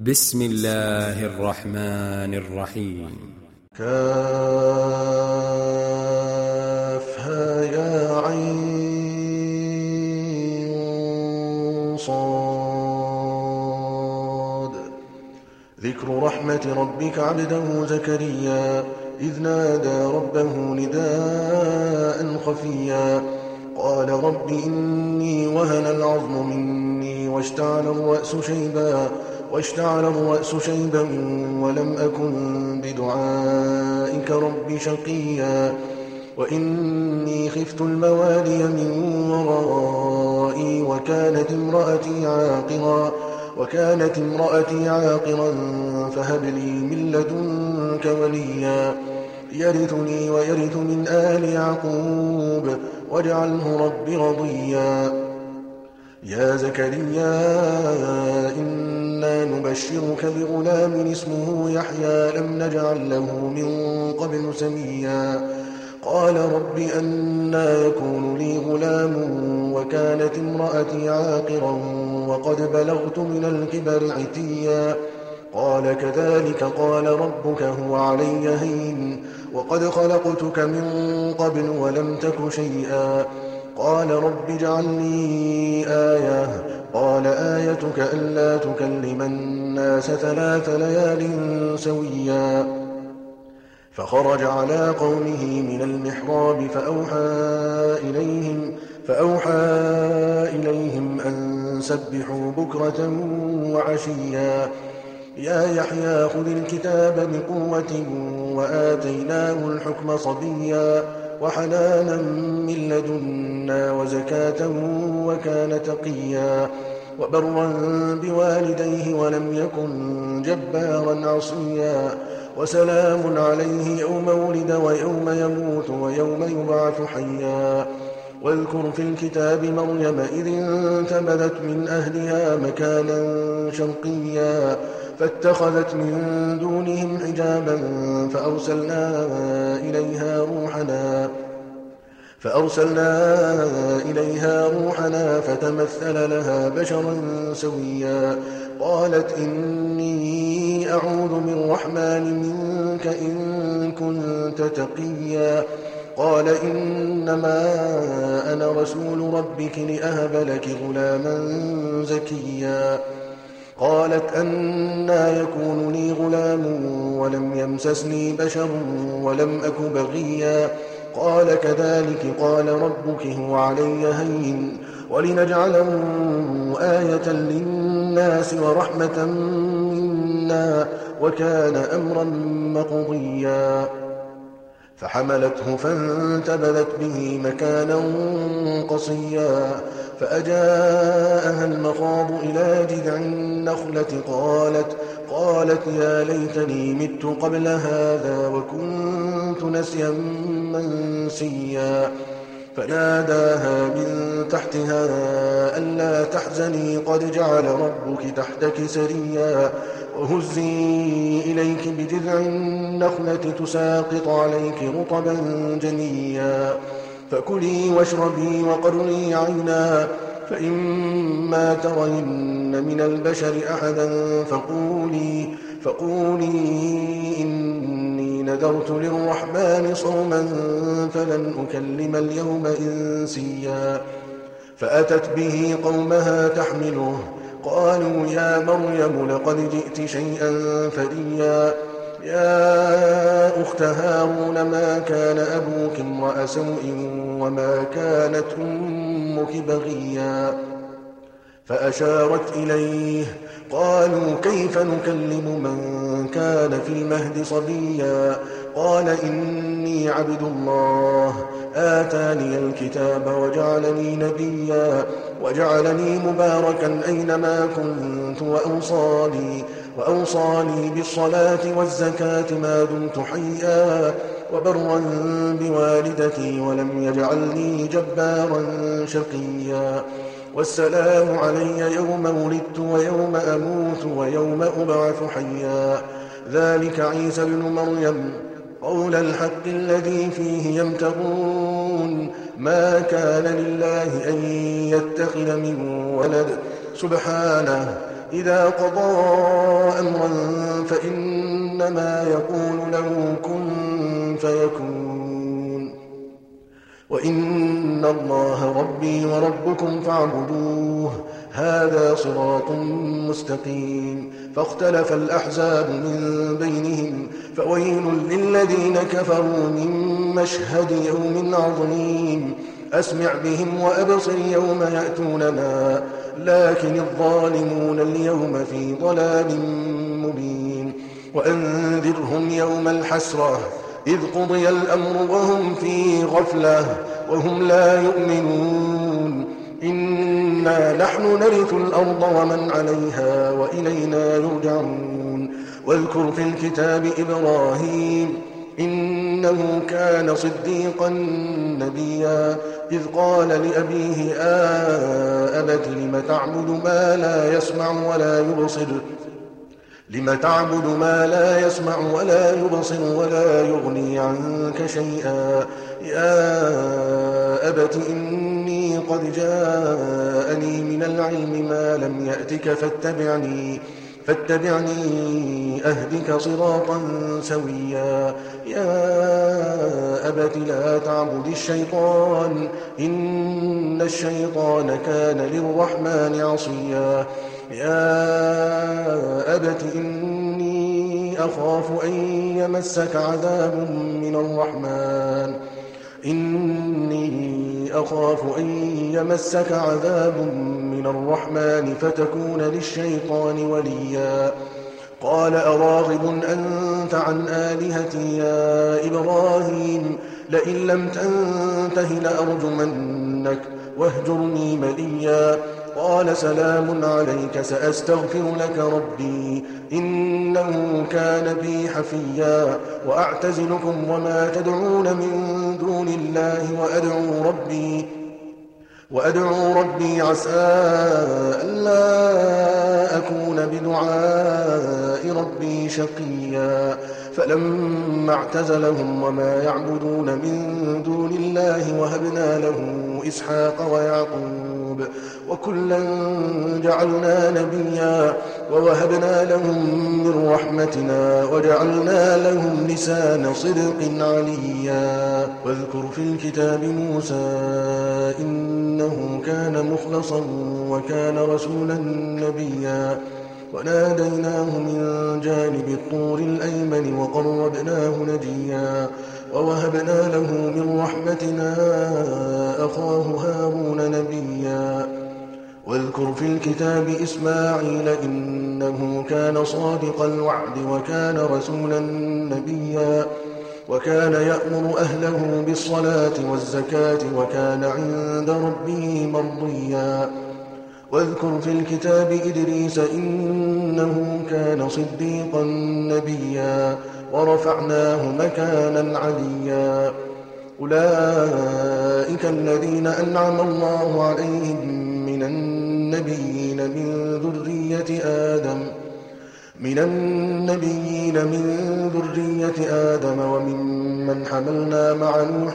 بسم الله الرحمن الرحيم. كافها يا عين صاد. ذكر رحمة ربك عبده زكريا إذ نادى ربه نداء خفيا قال رب إني وهن العظم مني واشتعل الرأس شيبا ولم أكن بدعائك رب شقيا وإني خفت الموالي من ورائي وكانت امرأتي عاقرا فهب لي من لدنك وليا يرثني ويرث من آل يعقوب واجعله رب رضيا. يا زكريا إنا نبشرك بغلام اسمه يحيى لم نجعل له من قبل سميا قال رب أنى يكون لي غلام وكانت امرأتي عاقرا وقد بلغت من الكبر عتيا قال كذلك قال ربك هو علي هين وقد خلقتك من قبل ولم تك شيئا قال رب اجعل لي آية قال آيتك ألا تكلم الناس 3 ليال سويا فخرج على قومه من المحراب فأوحى إليهم أن سبحوا بكرة وعشيا يا يحيى خذ الكتاب بقوة وآتيناه الحكم صبيا وحنانا من لدنا وزكاة وكان تقيا وبرا بوالديه ولم يكن جبارا عصيا وسلام عليه يوم ولد ويوم يموت ويوم يبعث حيا واذكر في الكتاب مريم إذ انتبذت من أهلها مكانا شرقيا فاتخذت من دونهم حجابا فأرسلنا إليها روحنا فتمثل لها بشرا سويا قالت إني أعوذ بالرحمن منك إن كنت تقيا قال إنما أنا رسول ربك لأهب لك غلاما زكيا قالت أنى يكون لي غلام ولم يمسسني بشر ولم أك بغيا قال كذلك قال ربك هو علي هين ولنجعله آية للناس ورحمة منا وكان أمرا مقضيا فحملته فانتبذت به مكانا قصيا فأجاءها المخاض إلى جذع النخلة قالت يا ليتني مت قبل هذا وكنت نسيا منسيا فناداها من تحتها ألا تحزني قد جعل ربك تحتك سريا وهزي إليك بجذع النخلة تساقط عليك رطبا جنيا فكلي واشربي وقري عينا فإما ترين من البشر أحدا فقولي إني نذرت للرحمن صوما فلن أكلم اليوم إنسيا فأتت به قومها تحمله قالوا يا مريم لقد جئت شيئا فريا يا أخت هارون ما كان أبوك امرأ سوء وما كانت أمك بغيا فأشارت إليه قالوا كيف نكلم من كان في المهد صبيا قال إني عبد الله آتاني الكتاب وجعلني نبيا وجعلني مباركا أينما كنت وأوصاني بالصلاة والزكاة ما دمت حيا وبرا بوالدتي ولم يجعلني جبارا شقيا والسلام علي يوم ولدت ويوم أموت ويوم أبعث حيا ذلك عيسى ابن مريم قول الحق الذي فيه يمترون ما كان لله أن يتخذ من ولد سبحانه إذا قضى فإنما يقول له كن فيكون. وإن الله ربي وربكم فاعبدوه هذا صراط مستقيم. فاختلف الأحزاب من بينهم فويل للذين كفروا من مشهد يوم عظيم. أسمع بهم وأبصر يوم يأتوننا لكن الظالمون اليوم في ضلال مبين. وأنذرهم يوم الحسرة إذ قضي الأمر وهم في غفلة وهم لا يؤمنون. إنا نحن نرث الأرض ومن عليها وإلينا يرجعون. واذكر في الكتاب إبراهيم إنه كان صديقا نبيا إذ قال لأبيه أبت لم تعبد ما لا يسمع ولا يبصر ولا يغني عنك شيئا يا أبت إني قد جاءني من العلم ما لم يأتك فاتبعني أهدك صراطا سويا يا أبت لا تعبد الشيطان إن الشيطان كان للرحمن عصيا يا أبت إني أخاف أن يمسك عذاب من الرحمن فتكون للشيطان وليا. قال أراغب أنت عن آلهتي يا إبراهيم لئن لم تنته لأرجمنك واهجرني مليا. قال سلام عليك سأستغفر لك ربي إنه كان بي حفيا. وأعتزلكم وما تدعون من دون الله وأدعو ربي عسى ألا أكون بدعاء ربي شقيا. فلما اعتزلهم وما يعبدون من دون الله وهبنا له إسحاق ويعقوب وكلا جعلنا نبيا ووهبنا لهم من رحمتنا وجعلنا لهم لسان صدق عليا. واذكر في الكتاب موسى إنه كان مخلصا وكان رسولا نبيا. وناديناه من جانب الطور الأيمن وقربناه نجيا. ووهبنا له من رحمتنا أخاه هارون نبيا. واذكر في الكتاب إسماعيل إنه كان صادق الوعد وكان رسولا نبيا. وكان يأمر أهله بالصلاة والزكاة وكان عند ربه مرضيا. واذكر في الكتاب إدريس إنه كان صديقا نبيا ورفعناه مكانا عليا. أولئك الذين أنعم الله عليهم من النبيين من ذرية آدم وممن حملنا مع نوح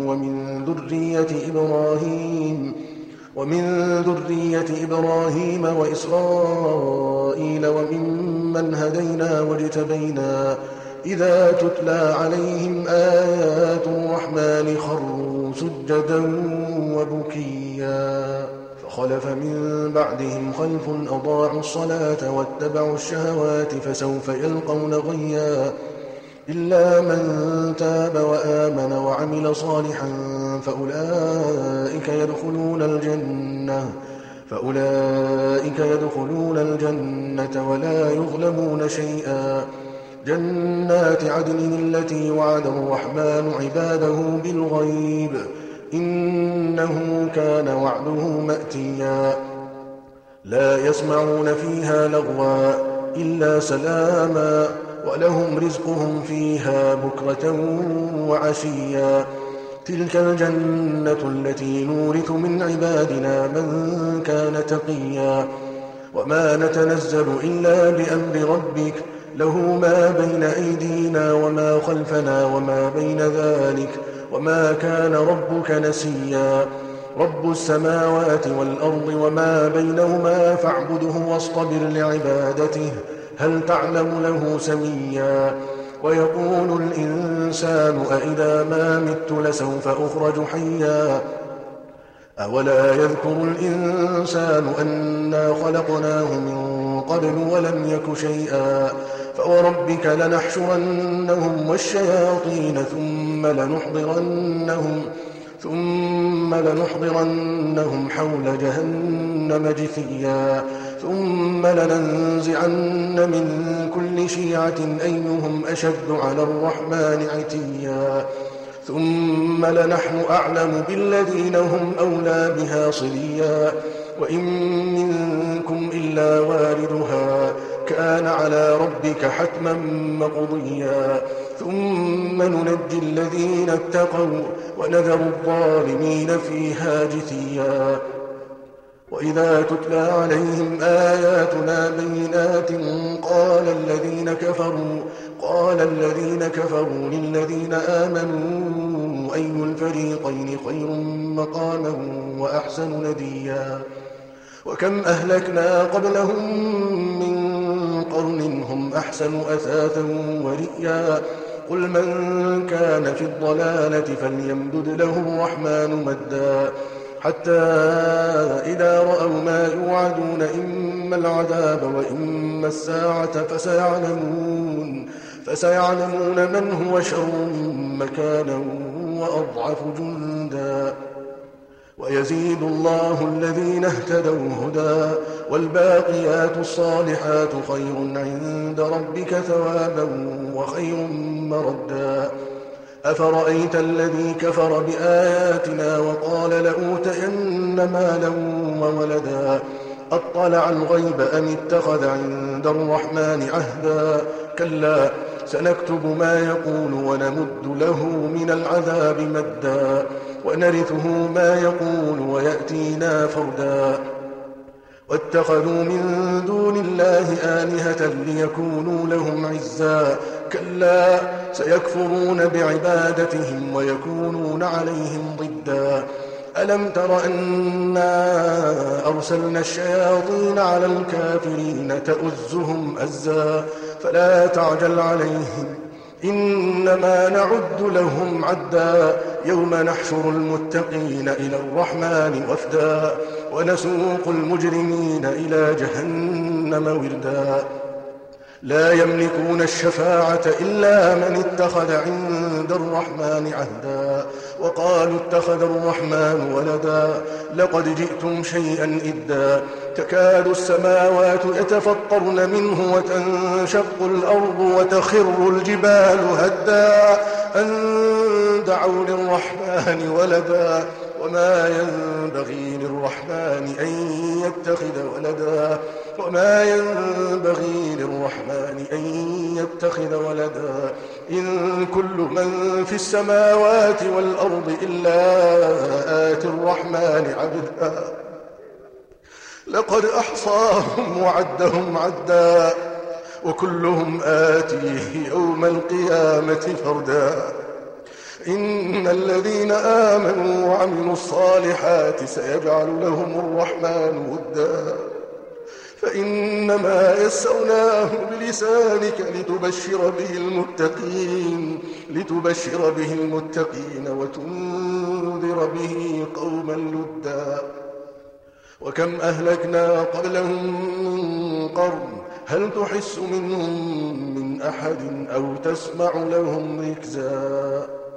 ومن ذرية إبراهيم وإسرائيل وممن هدينا واجتبينا إذا تتلى عليهم آيات الرحمن خروا سجدا وبكيا. فخلف من بعدهم خلف أضاعوا الصلاة واتبعوا الشهوات فسوف يلقون غيا. إلا من تاب وآمن وعمل صالحا فأولئك يدخلون الجنة ولا يظلمون شيئا. جنات عدن التي وعد الرحمن عباده بالغيب إنه كان وعده مأتيا. لا يسمعون فيها لغوا إلا سلاما ولهم رزقهم فيها بكرة وعشيا. تلك الجنة التي نورث من عبادنا من كان تقيا. وما نتنزل إلا بأمر ربك له ما بين أيدينا وما خلفنا وما بين ذلك وما كان ربك نسيا. رب السماوات والأرض وما بينهما فاعبده واصطبر لعبادته هل تعلم له سميا ويقول الإنسان أإذا ما مت لسوف أخرج حيا أولا يذكر الإنسان أنا خلقناه من قبل ولم يك شيئا فوربك لنحشرنهم والشياطين ثم لنحضرنهم حول جهنم جثيا ثم لننزعن من كل شيعة أيهم أشد على الرحمن عتيا ثم لنحن أعلم بالذين هم أولى بها صليا وإن منكم إلا واردها كان على ربك حتما مقضيا ثم ننجي الذين اتقوا ونذر الظالمين فيها جثيا وإذا تتلى عليهم آياتنا بينات قال الذين كفروا للذين آمنوا أي الفريقين خير مقاما وأحسن نديا وكم أهلكنا قبلهم من قرن هم أحسن أثاثا ورئيا قل من كان في الضلالة فليمدد له الرحمن مدا حتى إذا رأوا ما يوعدون إما العذاب وإما الساعة فسيعلمون من هو شر مكانا وأضعف جندا ويزيد الله الذين اهتدوا هدى والباقيات الصالحات خير عند ربك ثوابا وخير مردا أفرأيت الذي كفر بآياتنا وقال لأوتين مالا وولدا أطلع الغيب أم اتخذ عند الرحمن عهدا كلا سنكتب ما يقول ونمد له من العذاب مدا ونرثه ما يقول ويأتينا فردا واتخذوا من دون الله آلهة ليكونوا لهم عزا كلا سيكفرون بعبادتهم ويكونون عليهم ضدا ألم تر أنا أرسلنا الشياطين على الكافرين تؤزهم أزا فلا تعجل عليهم إنما نعد لهم عدا يوم نحشر المتقين إلى الرحمن وفدا ونسوق المجرمين إلى جهنم وردا لا يملكون الشفاعة إلا من اتخذ عند الرحمن عهدا وقالوا اتخذ الرحمن ولدا لقد جئتم شيئا إدا تكاد السماوات يتفطرن منه وتنشق الأرض وتخر الجبال هدا أن دعوا للرحمن ولدا وما ينبغي للرحمن أن يتخذ ولدا إن كل من في السماوات والأرض إلا آتي الرحمن عبدا لقد أحصاهم وعدهم عدا وكلهم آتيه يوم القيامة فردا إن الذين آمنوا وعملوا الصالحات سيجعل لهم الرحمن ودا فإنما يسرناه بلسانك لتبشر به المتقين وتنذر به قوما لدا وكم أهلكنا قبلهم من قرن هل تحس منهم من أحد أو تسمع لهم ركزا